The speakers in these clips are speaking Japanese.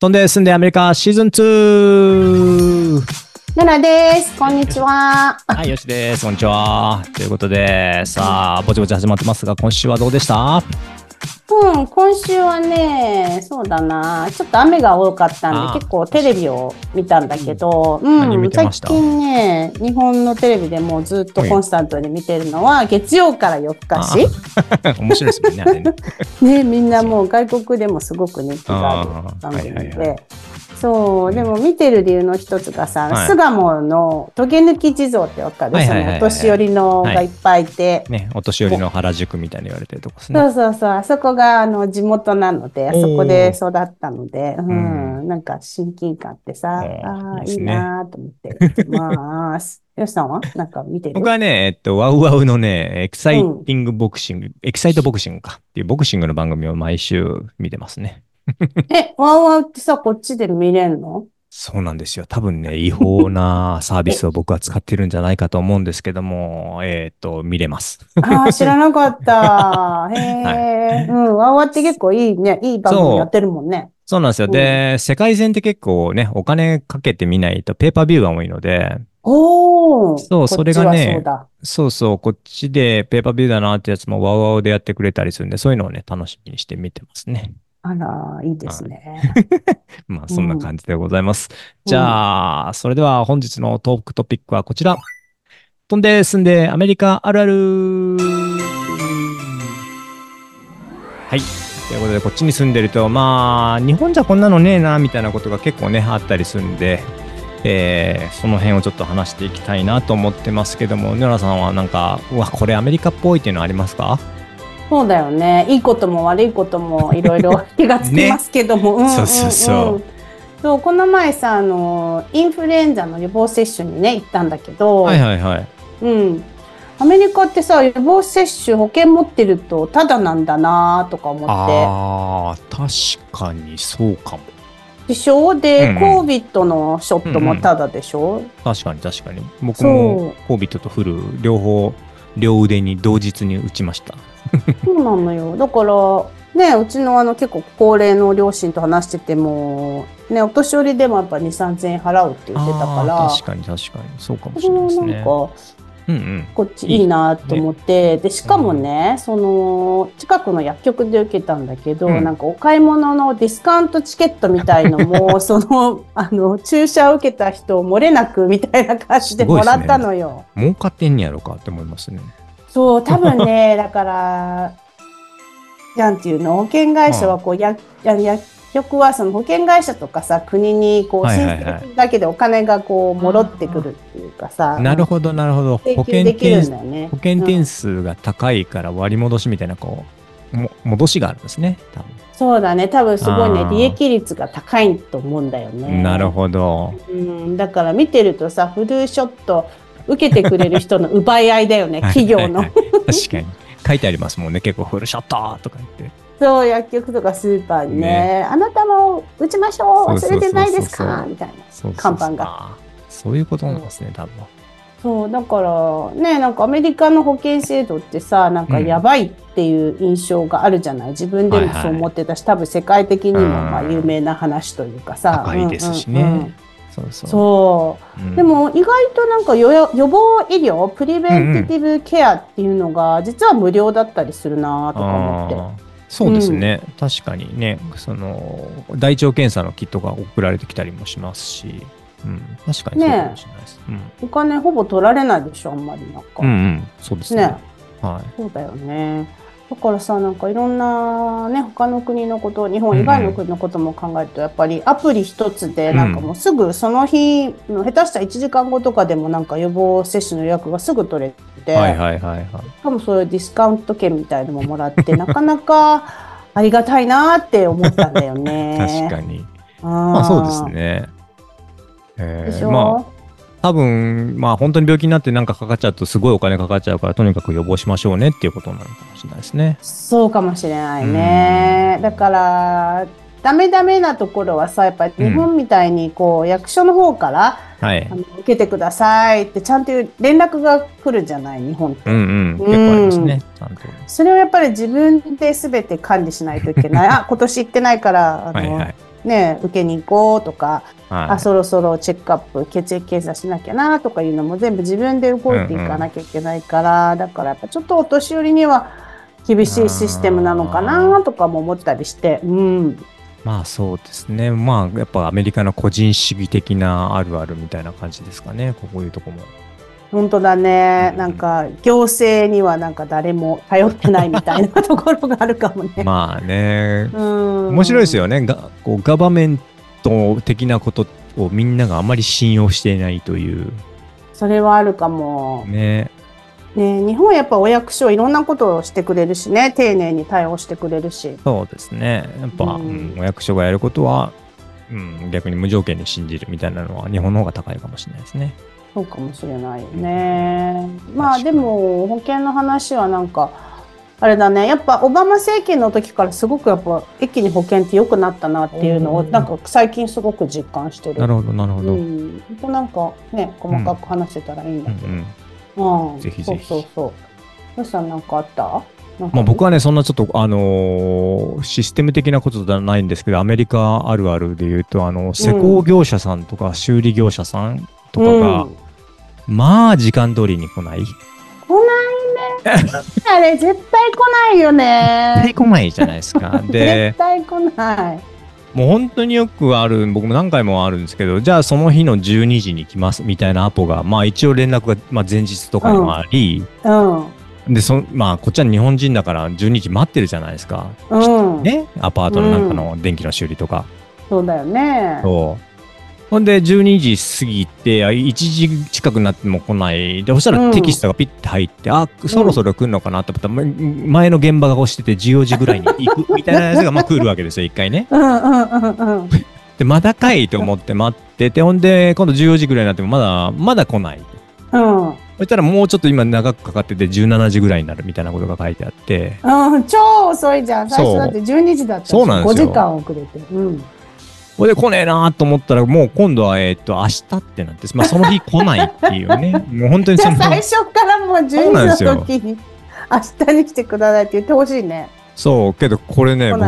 飛んで住んでアメリカシーズン2。 奈良です。こんにちは。 はい、よしです。こんにちは。ということで、さあ、ぼちぼち始まってますが、今週はどうでした？ 今週はね、そうだな、ちょっと雨が多かったんで、結構テレビを見たんだけど、 何見てました？ 最近ね、日本のテレビでもずっとコンスタントに見てるのは、月曜から夜更かし。 面白いですもんね、あれね。 ね、みんなもう外国でもすごく人気がある番組で。そう、でも見てる理由の一つがさ、巣鴨のトゲ抜き地蔵ってわかる？そのお年寄りのがいっぱいいて。 ね、お年寄りの原宿みたいに言われてるとこですね。 そうそうそう、あそこが地元なので、あそこで育ったので、なんか親近感ってさ、いいなと思って見てます。よしさんはなんか見てる？ 僕はね、ワウワウのね、エキサイティングボクシング、エキサイトボクシングかっていうボクシングの番組を毎週見てますね。 ワウワウってさ、こっちで見れるの？ そうなんですよ。多分ね、違法なサービスを僕は使ってるんじゃないかと思うんですけども、見れます。 知らなかった。へえ、ワウワウって結構いいね、いい番組やってるもんね。 そうなんですよ。で、世界戦って結構ね、お金かけてみないとペーパービューが多いので、そう、それがね、そうそう、こっちでペーパービューだなってやつもワウワウでやってくれたりするんで、そういうのをね、楽しみにして見てますね。 あら、いいですね。 まあ、そんな感じでございます。じゃあ、それでは本日のトークトピックはこちら。飛んで住んでアメリカあるある。はい。ということで、こっちに住んでると、まあ、日本じゃこんなのねえな、みたいなことが結構ね、あったりするんで、その辺をちょっと話していきたいなと思ってますけども、ヌラさんはなんか、うわ、これアメリカっぽいっていうのありますか？ そうだよね。いいことも悪いこともいろいろ気がつきますけども。 そうそうそう。 そう、この前さ、インフルエンザの予防接種にね、行ったんだけど、 はいはいはい。 アメリカってさ、予防接種保険持ってるとタダなんだなとか思って。 ああ、確かにそうかも。 でしょ？で、コービットのショットもタダでしょ？ 確かに確かに。僕もコービットとフル両方、両腕に同日に打ちました。 そうなのよ。だから、ね、うちの結構高齢の両親と話してても、ね、お年寄りでもやっぱ2、3000円払うって言ってたから。 確かに確かに。そうかもしれないですね。 なんか、こっちいいなと思って、で、しかもね、近くの薬局で受けたんだけど、なんかお買い物のディスカウントチケットみたいのも、注射を受けた人を漏れなくみたいな感じでもらったのよ。 儲かってんやろかって思いますね。 そう、多分ね、だから、なんていうの、保険会社は薬局はその保険会社とかさ、国に申請するだけでお金が戻ってくるっていうかさ。 なるほどなるほど。 保険点数が高いから割り戻しみたいな戻しがあるんですね。多分そうだね。多分すごいね、利益率が高いと思うんだよね。 なるほど。 だから見てるとさ、フルショット受けてくれる人の奪い合いだよね、企業の。 確かに。書いてありますもんね。結構フルショットとか言って。 そう、薬局とかスーパーにね、あなたも打ちましょう、忘れてないですかみたいな看板が。 そういうことなんですね、多分。 そう、だからね、なんかアメリカの保険制度ってさ、なんかやばいっていう印象があるじゃない。自分でもそう思ってたし、多分世界的にもまあ有名な話というかさ。 高いですしね。 そう。でも意外となんか予防医療、プリベンティティブケアっていうのが実は無料だったりするなとか思って。 そうですね。確かにね、大腸検査のキットが送られてきたりもしますし、確かにそうかもしれないです。 お金ほぼ取られないでしょ、あんまりなんか。 そうですね。 はい。そうだよね。だからさ、なんかいろんなね、他の国のこと、日本以外の国のことも考えると、やっぱりアプリ一つで、なんかもうすぐその日、下手したら1時間後とかでもなんか予防接種の予約がすぐ取れて、しかもそういうディスカウント券みたいのももらって、なかなかありがたいなって思ったんだよね。 確かに。まあそうですね。まあ多分まあ本当に病気になってなんかかかっちゃうとすごいお金かかっちゃうから、とにかく予防しましょうねっていうことなのかもしれないですね。 そうかもしれないね。だからダメなところはさ、やっぱり日本みたいに役所の方から、受けてくださいってちゃんと連絡が来るじゃない、日本って。 結構ありますね。ちゃんと。 それをやっぱり自分で全て管理しないといけない。今年行ってないからね、受けに行こうとか、 はい。 そろそろチェックアップ、血液検査しなきゃなとかいうのも全部自分で動いていかなきゃいけないから、だからやっぱちょっとお年寄りには厳しいシステムなのかなとかも思ったりして、うん。 まあそうですね。まあやっぱアメリカの個人主義的なあるあるみたいな感じですかね。こういうとこも。 本当だね。 うんなんか行政にはなんか誰も頼ってないみたいなところがあるかもね。 まあね。 面面白いですよね。こうガバメント的なことをみんながあまり信用していないという。 それはあるかも。 ね。 ね、日本はやっぱお役所いろんなことをしてくれるしね、丁寧に対応してくれるし。 そうですね。やっぱ、お役所がやることは、逆に無条件に信じるみたいなのは日本の方が高いかもしれないですね。 そうかもしれないよね。まあでも保険の話はなんかあれだね、やっぱオバマ政権の時からすごくやっぱ一気に保険って良くなったなっていうのをなんか最近すごく実感してる。 なるほどなるほど。 なんかね細かく話せたらいいんだけど。 ぜひぜひ。 そう。どうしたなんかあった？ まあ僕はねそんなちょっとシステム的なことじゃないんですけど、アメリカあるあるで言うと施工業者さんとか修理業者さんとかが、まあ時間通りに来ない。来ないね。あれ絶対来ないよね。 絶対来ないじゃないですか。で、 絶対来ない。 もう本当によくある、僕も何回もあるんですけど、じゃあその日の12時に来ますみたいなアポが、まあ一応連絡が、まあ、前日とかにもあり、でまあこっちは日本人だから12時待ってるじゃないですか。ね、アパートのなんかの電気の修理とか。 そうだよね。 そう。ほんで、12時過ぎて、1時近くなっても来ない。で、そしたらテキストがピッて入って、そろそろ来るのかなと思ったら、前の現場が押してて14時ぐらいに行くみたいなやつが、まあ来るわけですよ、一回ね。で、まだかいと思って待ってて、ほんで、今度14時ぐらいになってもまだ来ない。そしたらもうちょっと今長くかかってて17時ぐらいになるみたいなことが書いてあって。 超遅いじゃん。最初だって12時だったし、 そうなんですよ。 5時間遅れて。 これで来ねえなと思ったら、もう今度は、明日ってなって、まあその日来ないっていうね。もう本当にじゃあ最初からもう12時の時に、明日に来てくださいって言ってほしいね。 そう、けどこれね、僕、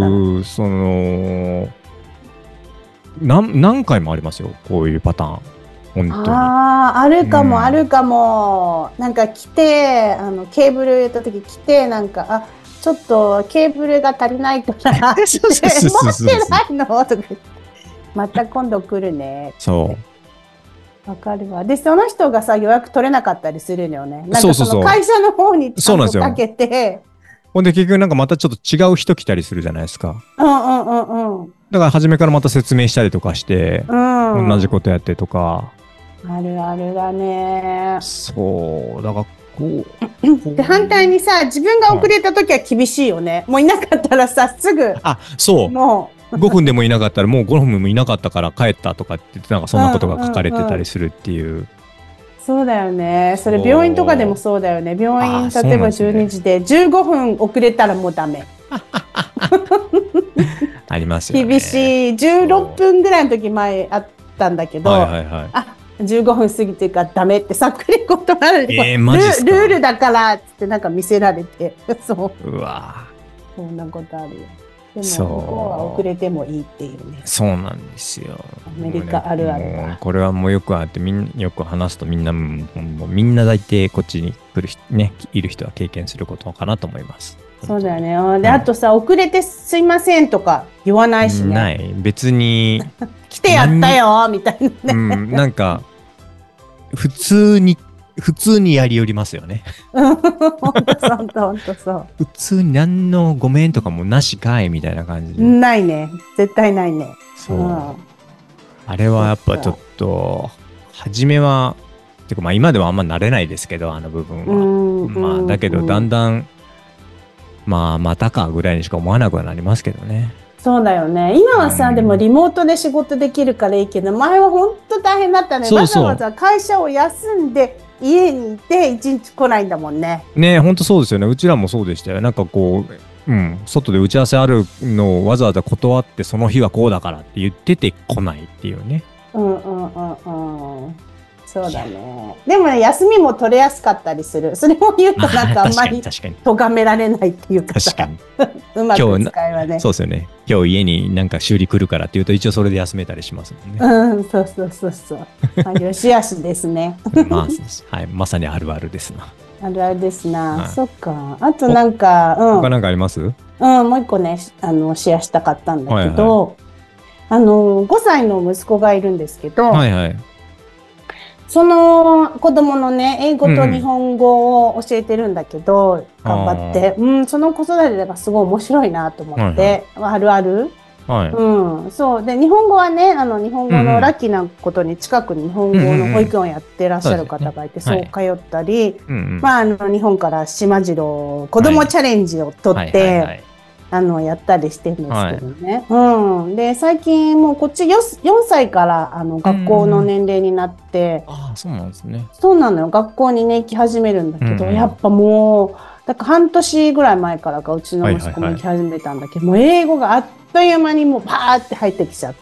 何回もありますよ。こういうパターン。本当に。 あるかも、あるかも。なんか来て、ケーブル入れた時来て、なんか、ちょっとケーブルが足りないから持ってないのとか言ってまた今度来るね。そうわかるわ。でその人がさ予約取れなかったりするのよね。なんかその会社の方にちゃんとかけて、 ほんで結局なんかまたちょっと違う人来たりするじゃないですか。だから初めからまた説明したりとかして、同じことやってとか。 あるあるだね。 そうだからで反対にさ自分が遅れた時は厳しいよね。もういなかったらさすぐそうもう 5分でもいなかったらもう5分もいなかったから帰ったとかって言ってなんかそんなことが書かれてたりするっていう。 そうだよね。それ病院とかでもそうだよね。病院例えば12時で15分遅れたらもうダメ。 ありますよね。 厳しい。16分ぐらいの時前あったんだけど、15分過ぎてからダメってさっくり断られて、 マジっすか？ ルールだからっつってなんか見せられて、そう。 うわそんなことあるよ。でもここは遅れてもいいっていうね。 そうなんですよ。 アメリカあるあるだ。 これはもうよくあってよく話すとみんな大体こっちに来るねいる人は経験することかなと思います。 そうだよね。であとさ遅れてすいませんとか言わないしね。 ない別に来てやったよみたいなね。 なんか普通にやりよりますよね。 ほんとそう。 普通に何のごめんとかもなしかいみたいな感じで。 ないね。絶対ないね。 そう。あれはやっぱちょっと、初めは、てかまあ今ではあんま慣れないですけど、あの部分は。まあだけどだんだん、またかぐらいにしか思わなくはなりますけどね。 そうだよね。今はさ、でもリモートで仕事できるからいいけど、前は本当大変だったね。わざわざ会社を休んで家にいて一日来ないんだもんね。 ね、本当そうですよね。うちらもそうでしたよ。なんかこう、外で打ち合わせあるのをわざわざ断ってその日はこうだからって言ってて来ないっていうね。 そうだね。でもね、休みも取れやすかったりする。それも言うとなんかあんまり確かに。 咎められないっていうかさ。 確かに。 うまく使いはね。 そうですよね。今日家になんか修理来るからっていうと一応それで休めたりしますもんね。 うん、そうそうそうそう。よしあしですね。 まあ、はい、まさにあるあるですな。 あるあるですな。 はい、 そっか。あとなんか、 他なんかあります？ もう一個ね、シェアしたかったんだけど、5歳の息子がいるんですけど、 はいはい。 その子供のね、英語と日本語を教えてるんだけど、頑張って、その子育てがすごい面白いなと思って、あるある。そう。で、日本語はね、日本語のラッキーなことに近くに日本語の保育園をやってらっしゃる方がいて、そう通ったり、まあ、日本から島次郎、子供チャレンジを取って、やったりしてるんですけどね。で、最近もうこっち4歳から学校の年齢になって、 ああ、そうなんですね。 そうなのよ。学校にね、行き始めるんだけど、やっぱもう、だから半年ぐらい前からかうちの息子も行き始めたんだけど、もう英語があっという間にもうパーって入ってきちゃって。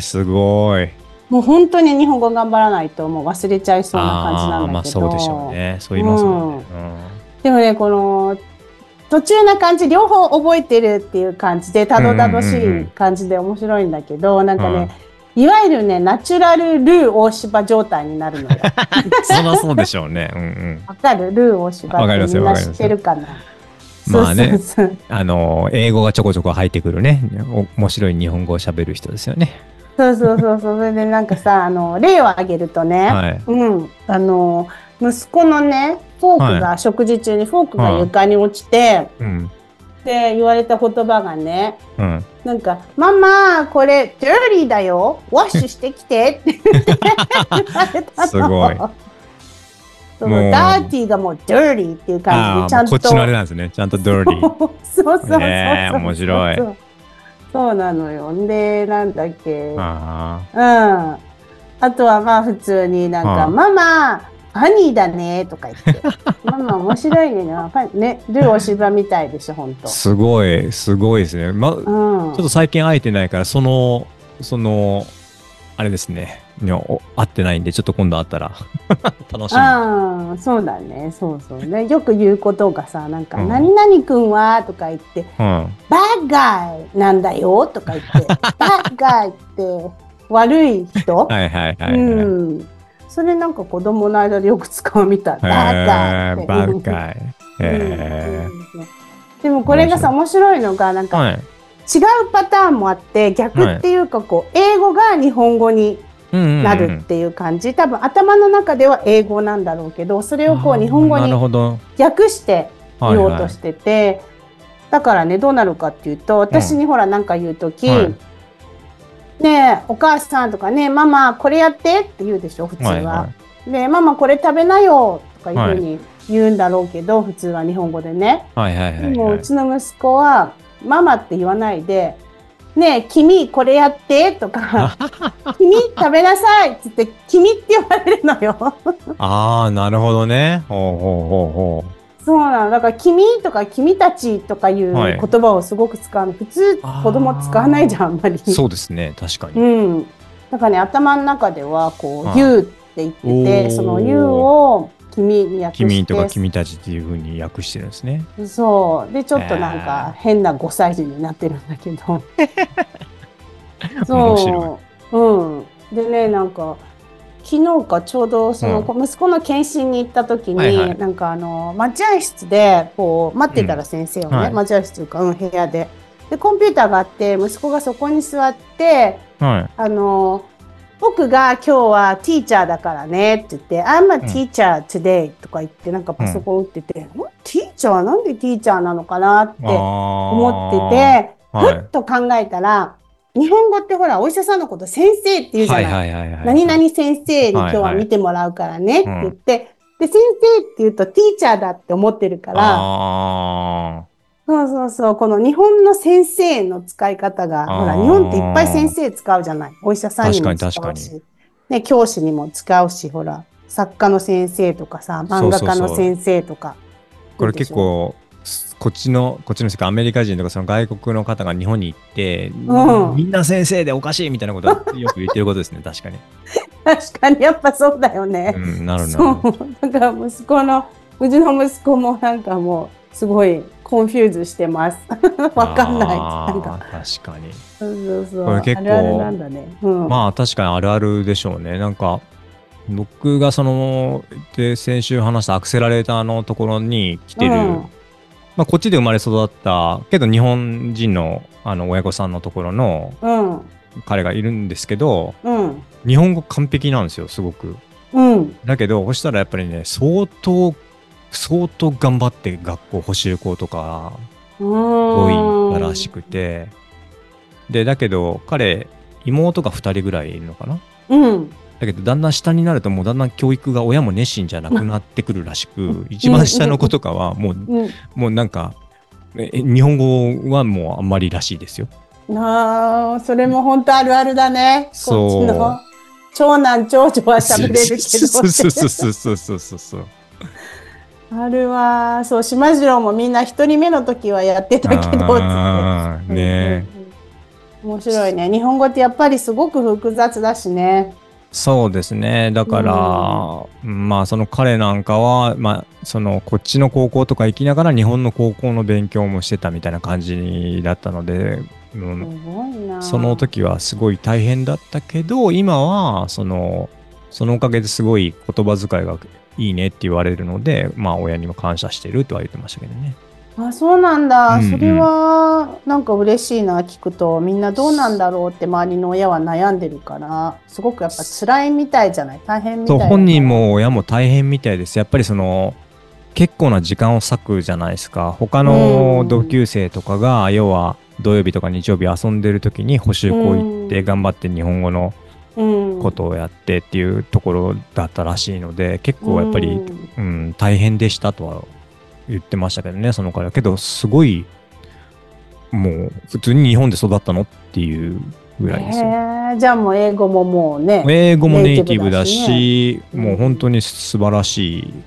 すごい。 もう本当に日本語頑張らないともう忘れちゃいそうな感じなんだけど。 まあそうでしょうね。そう言いますもんね。 でもね、この、途中な感じ、両方覚えてるっていう感じで、たどたどしい感じで面白いんだけど、なんかね、いわゆるね、ナチュラルルー大柴状態になるのよ。 そりゃそうでしょうね。 わかる？ルー大柴ってみんな知ってるかな？ まあね、英語がちょこちょこ入ってくるね、面白い日本語を喋る人ですよね。 そうそうそうそう。それでなんかさ、例を挙げるとね、息子のね、フォークが、食事中にフォークが床に落ちて、って言われた言葉がね、なんか、ママ、これ、ダーティーだよ。ワッシュしてきてって言って言われたの。 すごい。 そのダーティーがもうダーティーっていう感じで、ちゃんと。 こっちのあれなんですね。ちゃんとダーティー。 そうそうそう。 面白い。 そうなのよ。で、なんだっけ。あとはまあ普通になんか、ママ、ファニーだねとか言って。ママ面白いね。ね、ルーお芝みたいでしょ、ほんと。 すごい、すごいですね。ちょっと最近会えてないから、あれですね。会ってないんで、ちょっと今度会ったら楽しみ。 そうだね。そうそうね。よく言うことがさ、なんか、何々くんはとか言って、バッガイなんだよとか言って、バッガイって悪い人それなんか子供の間でよく使うみたい。バッガイって。 バッガイ。 でもこれがさ、面白いのが、なんか、違うパターンもあって、逆っていうか、こう、英語が日本語になるっていう感じ。多分頭の中では英語なんだろうけど、それをこう日本語に訳して言おうとしてて、だからね、どうなるかっていうと、私にほらなんか言うとき、ねえ、お母さんとかね、ママこれやってって言うでしょ、普通は。で、ママこれ食べなよとかいうふうに言うんだろうけど、普通は日本語でね。でもうちの息子は、ママって言わないで、ねえ、君これやってとか、君食べなさいって言って、君って呼ばれるのよ。 ああ、なるほどね。 そうなの。だから、君とか君たちとかいう言葉をすごく使うの。普通、子供使わないじゃん、あんまり。 そうですね、確かに。 だからね、頭の中では、こう、you って言ってて、その you を君に訳して。 君とか君たちっていうふうに訳してるんですね。 そう。で、ちょっとなんか変な5歳児になってるんだけど。そう。でね、なんか、昨日かちょうどその息子の検診に行った時に、なんか待合室でこう待ってたら先生をね、待合室というか、部屋で。で、コンピューターがあって、息子がそこに座って、僕が今日はティーチャーだからねって言って、I'm a teacher today とか言ってなんかパソコン打ってて、ティーチャーなんでティーチャーなのかなって思ってて、ふっと考えたら、日本語ってほら、お医者さんのこと先生って言うじゃない。何々先生に今日は見てもらうからねって言って、で、先生って言うとティーチャーだって思ってるから、そうそうそう、この日本の先生の使い方が、ほら、日本っていっぱい先生使うじゃない。お医者さんにも使うし、ね、教師にも使うし、ほら、作家の先生とかさ、漫画家の先生とか。 これ結構、こっちの人かアメリカ人とかその外国の方が日本に行って、みんな先生でおかしいみたいなことよく言ってることですね、確かに。 確かにやっぱそうだよね。 なるそう。だからうちの息子もなんかもうすごいコンフューズしてます。わかんない。なんか。 確かに。 そうそう。 これ結構、 あるあるなんだね。 まあ確かにあるあるでしょうね。なんか、僕が先週話したアクセラレーターのところに来てる、まあこっちで生まれ育ったけど日本人の親御さんのところの彼がいるんですけど、日本語完璧なんですよ、すごく。だけど、そしたらやっぱりね、相当頑張って学校補習校とか多いらしくて、で、だけど彼、妹が2人ぐらいいるのかな。だけどだんだん下になるともうだんだん教育が親も熱心じゃなくなってくるらしく、一番下の子とかはもうなんか日本語はもうあんまりらしいですよ。 それも本当あるあるだね。こっちの長男長女は喋れるけどそうあるわ。そう、島次郎もみんな一人目の時はやってたけどってね。 面白いね。日本語ってやっぱりすごく複雑だしね。 そうですね。だから、まあその彼なんかは、まあこっちの高校とか行きながら日本の高校の勉強もしてたみたいな感じだったので、その時はすごい大変だったけど、今はそのおかげですごい言葉遣いがいいねって言われるので、まあ親にも感謝してるとは言ってましたけどね。 あ、そうなんだ。それはなんか嬉しいな、聞くと。みんなどうなんだろうって周りの親は悩んでるから、すごくやっぱ辛いみたいじゃない、大変みたい。 そう、本人も親も大変みたいです。やっぱり結構な時間を割くじゃないですか。他の同級生とかが、要は土曜日とか日曜日遊んでる時に補習校行って頑張って日本語のことをやってっていうところだったらしいので、結構やっぱり、大変でしたとは言ってましたけどね、その彼は。けど、すごい、もう、普通に日本で育ったのっていうぐらいですよ。 じゃあもう英語ももうね。 英語もネイティブだし、もう本当に素晴らしい、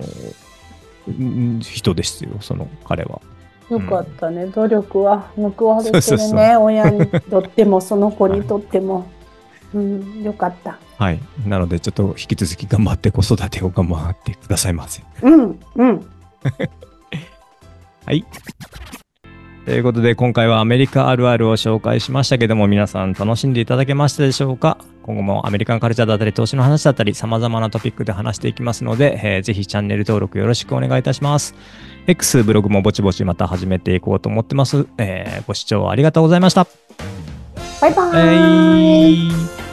人ですよ、彼は。 よかったね。努力は報われてるね。親にとっても、その子にとっても。よかった。 はい。なので、ちょっと引き続き頑張って子育てを頑張ってくださいませ。はい。ということで、今回はアメリカあるあるを紹介しましたけども、皆さん楽しんでいただけましたでしょうか。今後もアメリカンカルチャーだったり、投資の話だったり、様々なトピックで話していきますので、ぜひチャンネル登録よろしくお願いいたします。X、ブログもぼちぼちまた始めていこうと思ってます。ご視聴ありがとうございました。 バイバーイ。